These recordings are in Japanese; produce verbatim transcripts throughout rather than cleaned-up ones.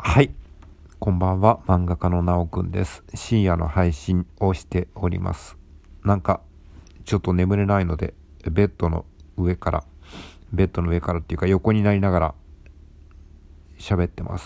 はい、こんばんは。漫画家のなおくんです。深夜の配信をしております。なんかちょっと眠れないので、ベッドの上からベッドの上からっていうか横になりながら喋ってます。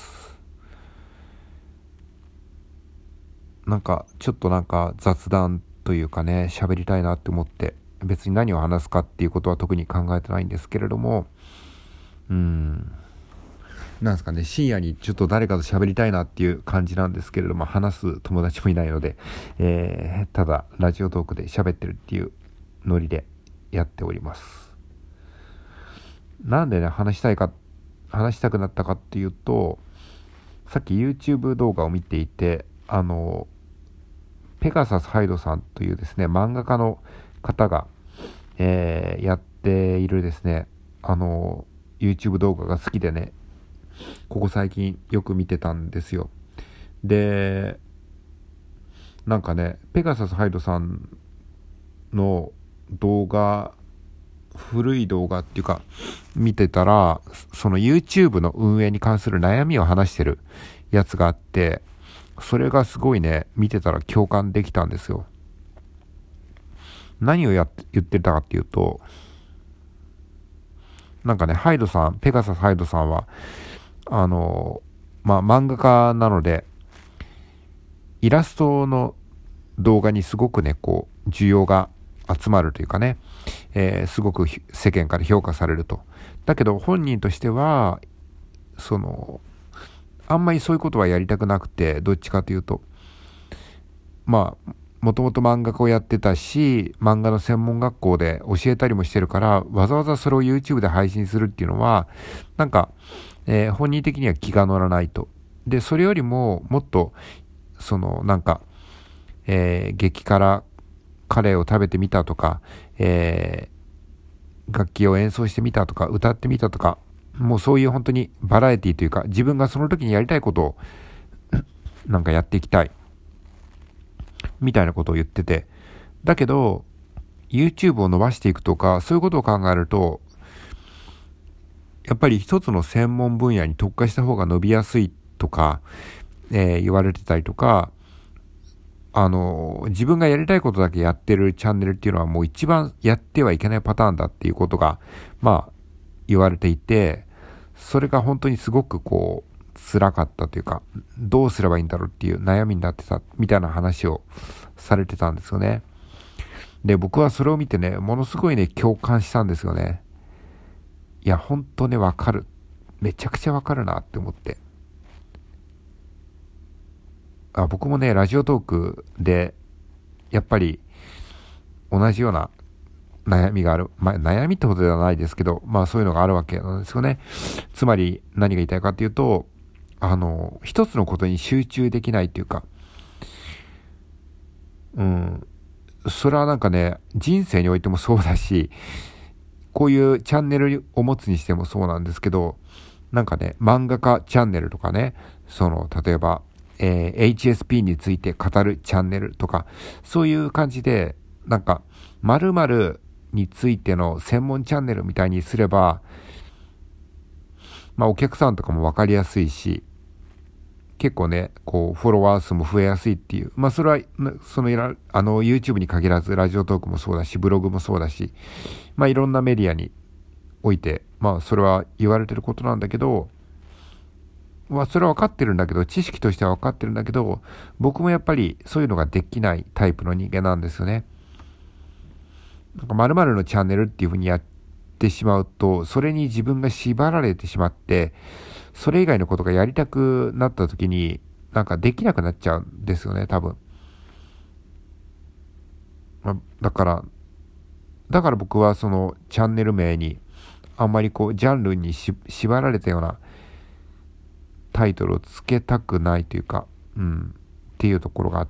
なんかちょっとなんか雑談というかね、喋りたいなって思って、別に何を話すかっていうことは特に考えてないんですけれども、うーんなんですかね、深夜にちょっと誰かと喋りたいなっていう感じなんですけれども、話す友達もいないので、えー、ただラジオトークで喋ってるっていうノリでやっております。なんでね、話したいか話したくなったかっていうと、さっき YouTube 動画を見ていて、あのペガサスハイドさんというですね、漫画家の方が、えー、やっているですね、あの YouTube 動画が好きでね、ここ最近よく見てたんですよ。で、なんかね、ペガサスハイドさんの動画、古い動画っていうか見てたら、その YouTube の運営に関する悩みを話してるやつがあって、それがすごいね、見てたら共感できたんですよ。何をやって言ってたかっていうと、なんかね、ハイドさん、ペガサスハイドさんはあのまあ漫画家なので、イラストの動画にすごくね、こう需要が集まるというかね、えー、すごく世間から評価されると。だけど本人としてはそのあんまりそういうことはやりたくなくて、どっちかというと、まあもともと漫画家をやってたし、漫画の専門学校で教えたりもしてるから、わざわざそれを YouTube で配信するっていうのはなんか、えー、本人的には気が乗らないと。でそれよりももっとそのなんか、えー、激辛カレーを食べてみたとか、えー、楽器を演奏してみたとか、歌ってみたとか、もうそういう本当にバラエティというか、自分がその時にやりたいことをなんかやっていきたいみたいなことを言ってて、だけど YouTube を伸ばしていくとか、そういうことを考えると、やっぱり一つの専門分野に特化した方が伸びやすいとか、えー、言われてたりとか、あの自分がやりたいことだけやってるチャンネルっていうのはもう一番やってはいけないパターンだっていうことがまあ言われていて、それが本当にすごくこう辛かったというか、どうすればいいんだろうっていう悩みになってたみたいな話をされてたんですよね。で僕はそれを見てね、ものすごいね共感したんですよね。いや本当ね、わかる、めちゃくちゃわかるなって思って、あ僕もねラジオトークでやっぱり同じような悩みがある、まあ、悩みってことではないですけど、まあそういうのがあるわけなんですよね。つまり何が言いたいかっていうと、あの一つのことに集中できないっていうか、うんそれはなんかね、人生においてもそうだし、こういうチャンネルを持つにしてもそうなんですけど、なんかね、漫画家チャンネルとかね、その例えば、えー、エイチエスピー について語るチャンネルとか、そういう感じでなんか〇〇についての専門チャンネルみたいにすれば、まあお客さんとかも分かりやすいし、結構ねこうフォロワー数も増えやすいっていう、まあそれはそのあの YouTube に限らずラジオトークもそうだし、ブログもそうだし、まあいろんなメディアにおいて、まあそれは言われてることなんだけど、まあそれは分かってるんだけど、知識としては分かってるんだけど、僕もやっぱりそういうのができないタイプの人間なんですよね。なんか〇〇のチャンネルっていう風にやってしまうと、それに自分が縛られてしまって、それ以外のことがやりたくなった時になんかできなくなっちゃうんですよね、多分。まあ、だからだから僕はそのチャンネル名にあんまりこうジャンルにし縛られたようなタイトルをつけたくないというか、うんっていうところがあって、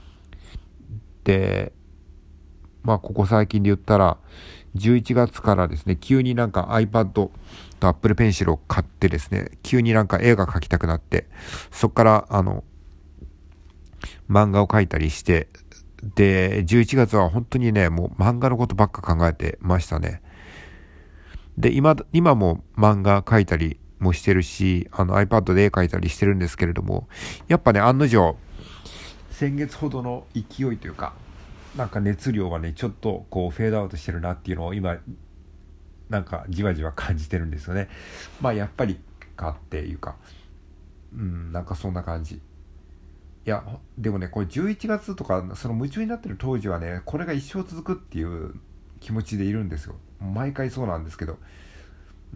でまあここ最近で言ったらじゅういちがつからですね、急になんか iPad と Apple Pencil を買ってですね、急になんか絵が描きたくなって、そっからあの漫画を描いたりして、でじゅういちがつは本当にね、もう漫画のことばっか考えてましたね。で今今も漫画描いたりもしてるし、あの iPad で絵描いたりしてるんですけれども、やっぱね、案の定、先月ほどの勢いというか、なんか熱量はね、ちょっとこうフェードアウトしてるなっていうのを今、なんかじわじわ感じてるんですよね。まあやっぱりかっていうか、うん、なんかそんな感じ。いや、でもね、これじゅういちがつとか、その夢中になってる当時はね、これが一生続くっていう気持ちでいるんですよ。毎回そうなんですけど、うん、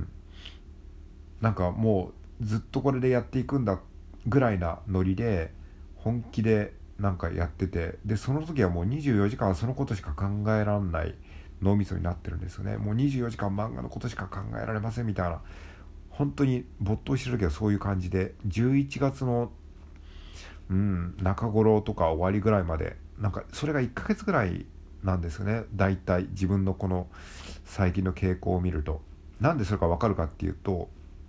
なんかもうずっとこれでやっていくんだぐらいなノリで、本気でなんかやってて、で、その時はもうにじゅうよじかんそのことしか考えらんない脳みそになってるんですよね。もうにじゅうよじかん漫画のことしか考えられませんみたいな、本当に没頭してる時はそういう感じで、じゅういちがつのうん、中頃とか終わりぐらいまで、なんかそれがいっかげつぐらいなんですよね。だいたい自分のこの最近の傾向を見ると、なんでそれかわかるかっていうと、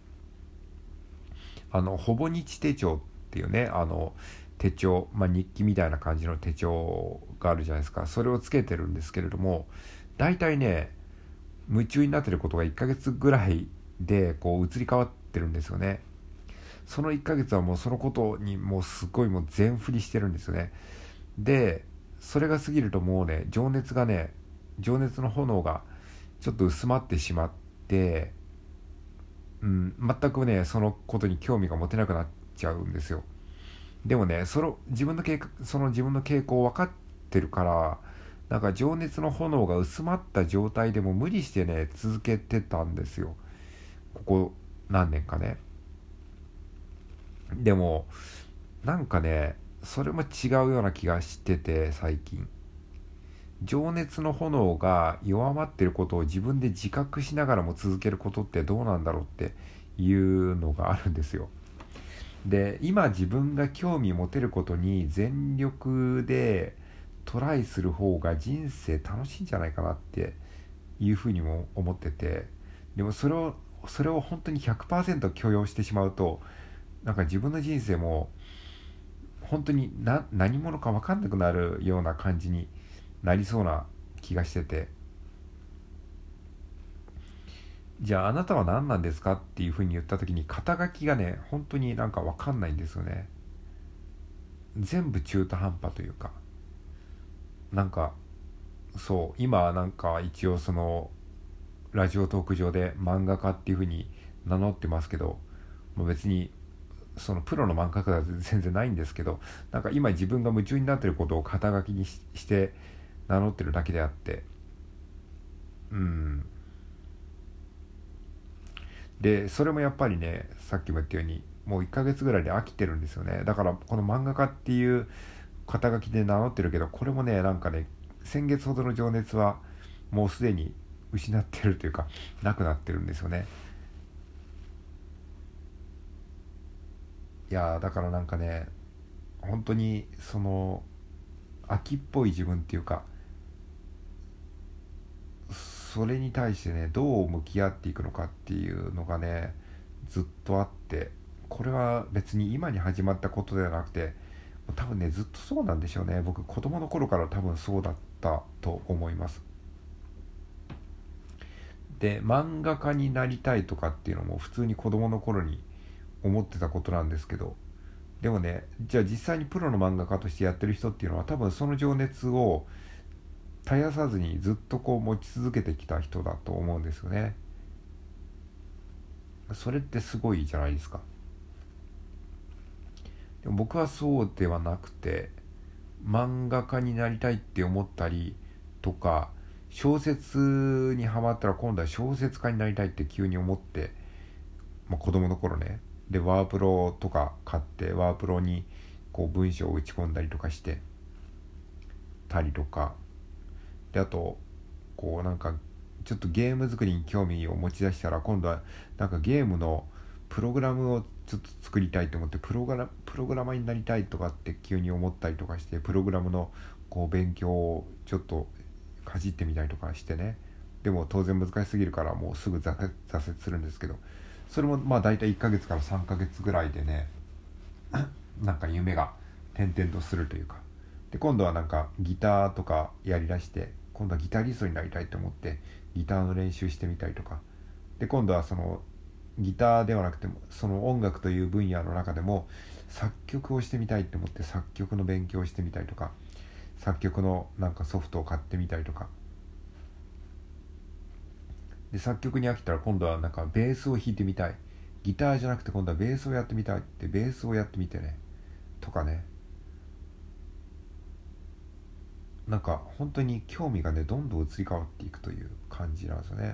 あのほぼ日手帳っていうね、あの手帳、まあ、日記みたいな感じの手帳があるじゃないですか。それをつけてるんですけれども、だいたいね、夢中になってることがいっかげつぐらいでこう移り変わってるんですよね。そのいっかげつはもうそのことにもうすごいもう全振りしてるんですよね。で、それが過ぎるともうね、情熱がね、情熱の炎がちょっと薄まってしまって、うん、全くね、そのことに興味が持てなくなっちゃうんですよ。でもね、その自分の傾その自分の傾向分かってるから、なんか情熱の炎が薄まった状態でも無理してね、続けてたんですよ。ここ何年かね。でも、なんかね、それも違うような気がしてて、最近。情熱の炎が弱まってることを自分で自覚しながらも続けることってどうなんだろうっていうのがあるんですよ。で、今自分が興味持てることに全力でトライする方が人生楽しいんじゃないかなっていうふうにも思ってて、でもそれをそれを本当にひゃくパーセント許容してしまうと、なんか自分の人生も本当にな何者か分かんなくなるような感じになりそうな気がしてて、じゃああなたは何なんですかっていうふうに言った時に肩書きがね、本当になんか分かんないんですよね。全部中途半端というか、なんかそう、今なんか一応そのラジオトーク上で漫画家っていうふうに名乗ってますけど、もう別にそのプロの漫画家では全然ないんですけど、なんか今自分が夢中になってることを肩書きに し, して名乗ってるだけであって、うん。で、それもやっぱりね、さっきも言ったようにもういっかげつぐらいで飽きてるんですよね。だからこの漫画家っていう肩書きで名乗ってるけど、これもね、なんかね、先月ほどの情熱はもうすでに失ってるというか、なくなってるんですよね。いやー、だからなんかね、本当にその秋っぽい自分っていうか、それに対してね、どう向き合っていくのかっていうのがね、ずっとあって、これは別に今に始まったことではなくて、多分ね、ずっとそうなんでしょうね。僕子供の頃から多分そうだったと思います。で、漫画家になりたいとかっていうのも普通に子供の頃に思ってたことなんですけど、でもね、じゃあ実際にプロの漫画家としてやってる人っていうのは多分その情熱を絶やさずにずっとこう持ち続けてきた人だと思うんですよね。それってすごいじゃないですか。でも僕はそうではなくて、漫画家になりたいって思ったりとか、小説にハマったら今度は小説家になりたいって急に思って、まあ、子供の頃ね、でワープロとか買ってワープロにこう文章を打ち込んだりとかしてたりとか、であとこうなんかちょっとゲーム作りに興味を持ち出したら、今度はなんかゲームのプログラムをちょっと作りたいと思って、プログラプログラマーになりたいとかって急に思ったりとかして、プログラムのこう勉強をちょっとかじってみたりとかしてね。でも当然難しすぎるからもうすぐ挫折挫折するんですけど、それもまあ大体いっかげつからさんかげつぐらいでね、なんか夢が転々とするというか、で今度はなんかギターとかやりだして、今度はギタリストになりたいと思ってギターの練習してみたりとか、で今度はそのギターではなくてもその音楽という分野の中でも作曲をしてみたいって思って作曲の勉強をしてみたりとか、作曲のなんかソフトを買ってみたりとかで、作曲に飽きたら今度はなんかベースを弾いてみたい、ギターじゃなくて今度はベースをやってみたいってベースをやってみてねとかね、なんか本当に興味がねどんどん移り変わっていくという感じなんですよね。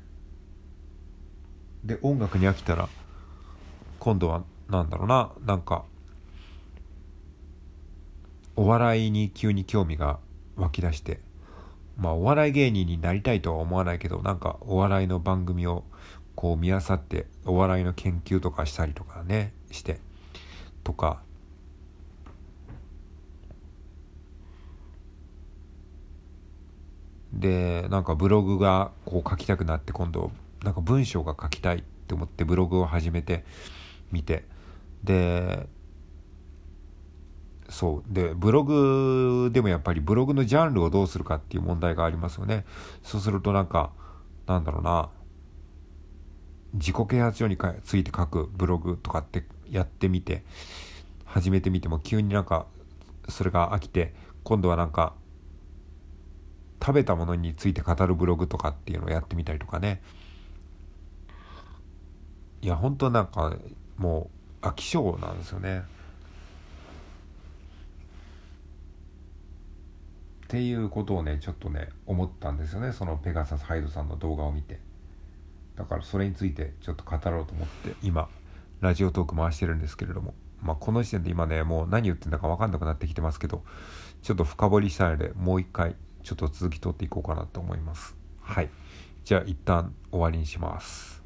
で音楽に飽きたら今度はなんだろうな、なんかお笑いに急に興味が湧き出して、まあお笑い芸人になりたいとは思わないけど、なんかお笑いの番組をこう見漁ってお笑いの研究とかしたりとかねしてとか、でなんかブログがこう書きたくなって、今度なんか文章が書きたいって思ってブログを始めてみて、でそうでブログでもやっぱりブログのジャンルをどうするかっていう問題がありますよね。そうするとなんかなんだろうな、自己啓発書について書くブログとかってやってみて始めてみても急になんかそれが飽きて、今度はなんか食べたものについて語るブログとかっていうのをやってみたりとかね。いや本当なんかもう飽き性なんですよね。っていうことをねちょっとね思ったんですよね、そのペガサスハイドさんの動画を見て。だからそれについてちょっと語ろうと思って今ラジオトーク回してるんですけれども、まあこの時点で今ねもう何言ってんだか分かんなくなってきてますけど、ちょっと深掘りしたいのでもう一回ちょっと続き取っていこうかなと思います。はい、じゃあ一旦終わりにします。